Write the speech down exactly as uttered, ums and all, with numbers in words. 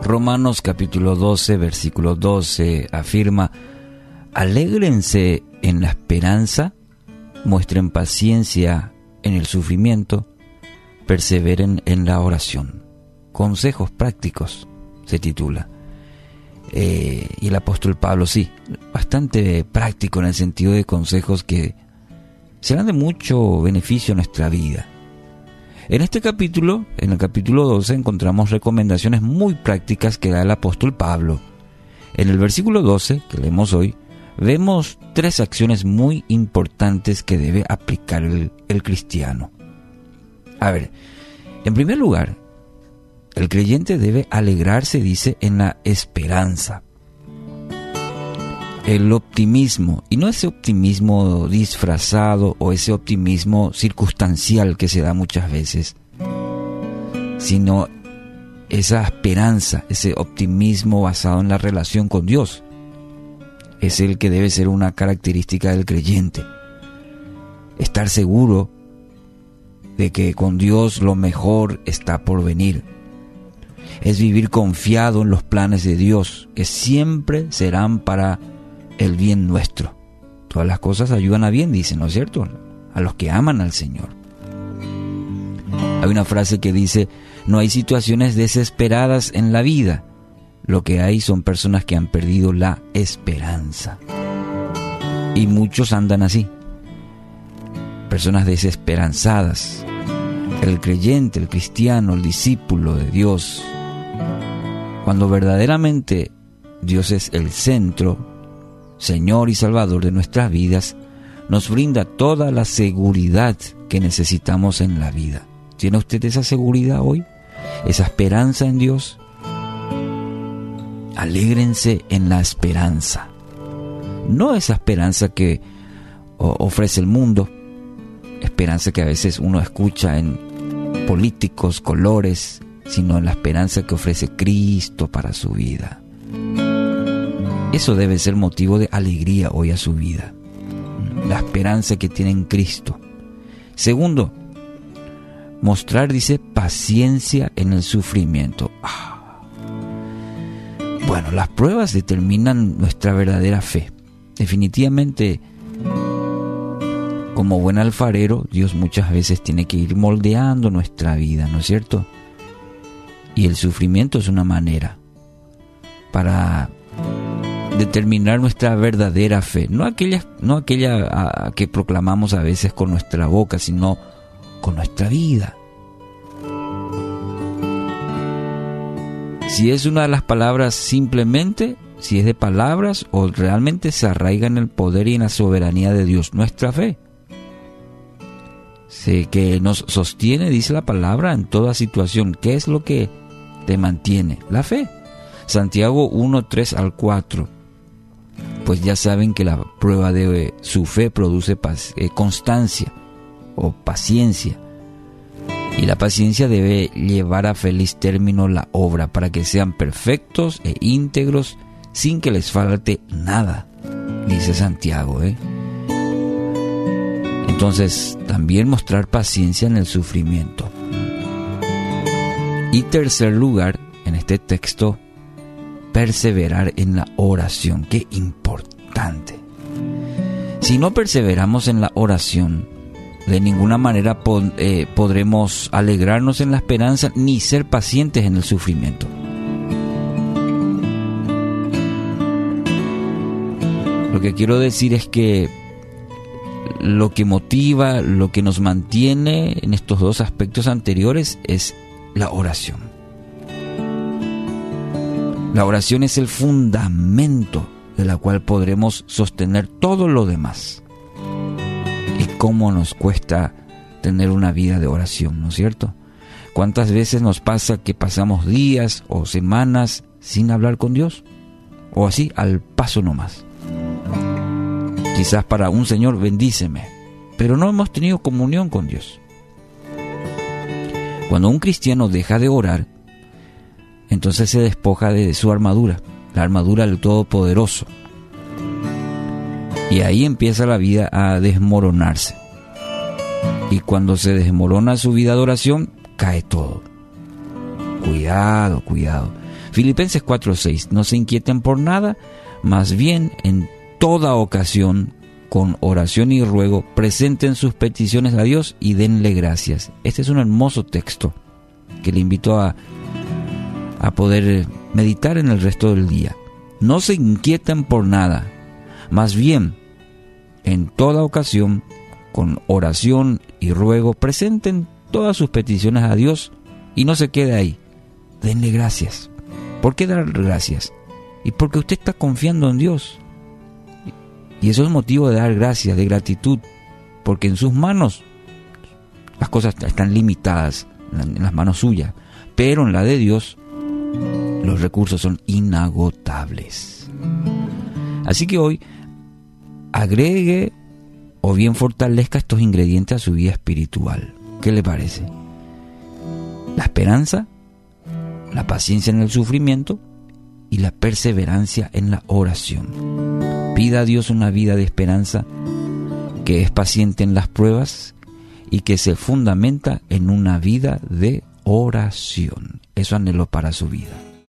Romanos capítulo doce, versículo doce afirma: alégrense en la esperanza, muestren paciencia en el sufrimiento, perseveren en la oración. Consejos prácticos se titula. Eh, y el apóstol Pablo, sí, bastante práctico en el sentido de consejos que serán de mucho beneficio a nuestra vida. En este capítulo, en el capítulo doce, encontramos recomendaciones muy prácticas que da el apóstol Pablo. En el versículo doce, que leemos hoy, vemos tres acciones muy importantes que debe aplicar el, el cristiano. A ver, en primer lugar, el creyente debe alegrarse, dice, en la esperanza. El optimismo, y no ese optimismo disfrazado o ese optimismo circunstancial que se da muchas veces, sino esa esperanza, ese optimismo basado en la relación con Dios, es el que debe ser una característica del creyente. Estar seguro de que con Dios lo mejor está por venir. Es vivir confiado en los planes de Dios, que siempre serán para el bien nuestro. Todas las cosas ayudan a bien, dicen, ¿no es cierto?, a los que aman al Señor. Hay una frase que dice: no hay situaciones desesperadas en la vida. Lo que hay son personas que han perdido la esperanza. Y muchos andan así. Personas desesperanzadas. El creyente, el cristiano, el discípulo de Dios, cuando verdaderamente Dios es el centro, Señor y Salvador de nuestras vidas, nos brinda toda la seguridad que necesitamos en la vida. ¿Tiene usted esa seguridad hoy? ¿Esa esperanza en Dios? Alégrense en la esperanza. No esa esperanza que ofrece el mundo, esperanza que a veces uno escucha en políticos, colores, sino en la esperanza que ofrece Cristo para su vida. Eso debe ser motivo de alegría hoy a su vida. La esperanza que tiene en Cristo. Segundo, mostrar, dice, paciencia en el sufrimiento. Ah. Bueno, las pruebas determinan nuestra verdadera fe. Definitivamente, como buen alfarero, Dios muchas veces tiene que ir moldeando nuestra vida, ¿no es cierto? Y el sufrimiento es una manera para determinar nuestra verdadera fe, no aquella, no aquella a, a que proclamamos a veces con nuestra boca, sino con nuestra vida. Si es una de las palabras simplemente, si es de palabras o realmente se arraiga en el poder y en la soberanía de Dios, nuestra fe. Sí, que nos sostiene, dice la palabra, en toda situación. ¿Qué es lo que te mantiene? La fe. Santiago uno, tres al cuatro. Pues ya saben que la prueba de su fe produce paz, eh, constancia o paciencia. Y la paciencia debe llevar a feliz término la obra para que sean perfectos e íntegros sin que les falte nada, dice Santiago. ¿eh? Entonces, también mostrar paciencia en el sufrimiento. Y tercer lugar, en este texto, perseverar en la oración. ¡Qué importante! Si no perseveramos en la oración, de ninguna manera pod- eh, podremos alegrarnos en la esperanza ni ser pacientes en el sufrimiento. Lo que quiero decir es que lo que motiva, lo que nos mantiene en estos dos aspectos anteriores es la oración. La oración es el fundamento de la cual podremos sostener todo lo demás. Y cómo nos cuesta tener una vida de oración, ¿no es cierto? ¿Cuántas veces nos pasa que pasamos días o semanas sin hablar con Dios? O así, al paso nomás. Quizás para un Señor, bendíceme, pero no hemos tenido comunión con Dios. Cuando un cristiano deja de orar, entonces se despoja de su armadura, la armadura del Todopoderoso. Y ahí empieza la vida a desmoronarse. Y cuando se desmorona su vida de oración, cae todo. Cuidado, cuidado. Filipenses cuatro seis. No se inquieten por nada, más bien en toda ocasión, con oración y ruego, presenten sus peticiones a Dios y denle gracias. Este es un hermoso texto que le invito a, a poder meditar en el resto del día. No se inquieten por nada, más bien en toda ocasión, con oración y ruego, presenten todas sus peticiones a Dios y no se quede ahí. Denle gracias. ¿Por qué dar gracias? Y porque usted está confiando en Dios. Y eso es motivo de dar gracias, de gratitud, porque en sus manos las cosas están limitadas, en las manos suyas, pero en la de Dios los recursos son inagotables. Así que hoy agregue o bien fortalezca estos ingredientes a su vida espiritual. ¿Qué le parece? La esperanza, la paciencia en el sufrimiento y la perseverancia en la oración. Pida a Dios una vida de esperanza que es paciente en las pruebas y que se fundamenta en una vida de oración. Eso anhelo para su vida.